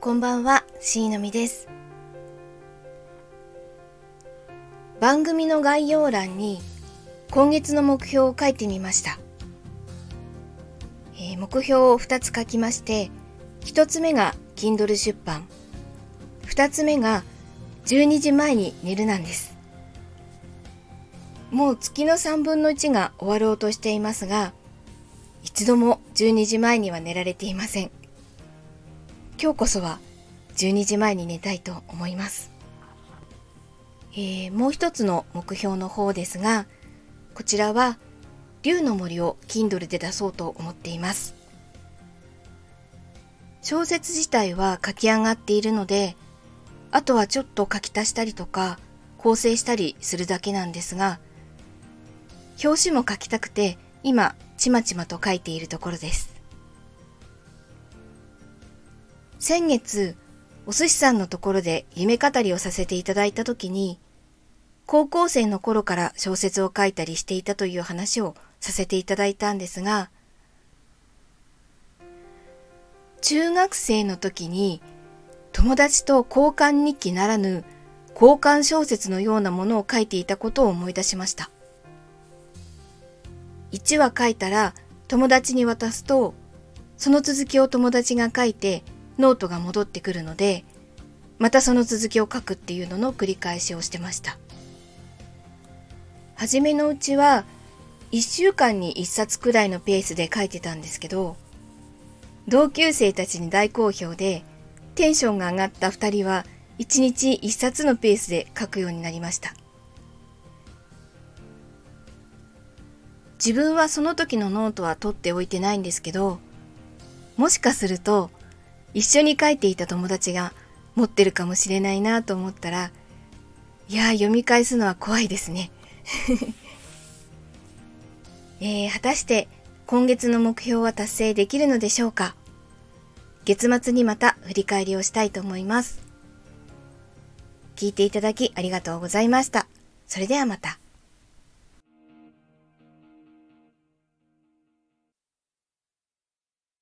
こんばんは、しのみです。番組の概要欄に今月の目標を書いてみました。目標を2つ書きまして、1つ目が Kindle 出版、2つ目が12時前に寝るなんです。もう月の3分の1が終わろうとしていますが、一度も12時前には寝られていません。今日こそは12時前に寝たいと思います。もう一つの目標の方ですが、こちらは竜の森を Kindle で出そうと思っています。小説自体は書き上がっているので、あとはちょっと書き足したりとか構成したりするだけなんですが、表紙も書きたくて今ちまちまと書いているところです。先月お寿司さんのところで夢語りをさせていただいたときに、高校生の頃から小説を書いたりしていたという話をさせていただいたんですが、中学生の時に友達と交換日記ならぬ交換小説のようなものを書いていたことを思い出しました。1話書いたら友達に渡すと、その続きを友達が書いてノートが戻ってくるので、またその続きを書くっていうのの繰り返しをしてました。初めのうちは1週間に1冊くらいのペースで書いてたんですけど、同級生たちに大好評でテンションが上がった2人は1日1冊のペースで書くようになりました。自分はその時のノートは取っておいてないんですけど、もしかすると一緒に書いていた友達が持ってるかもしれないなと思ったら、読み返すのは怖いですね。果たして今月の目標は達成できるのでしょうか。月末にまた振り返りをしたいと思います。聞いていただきありがとうございました。それではまた。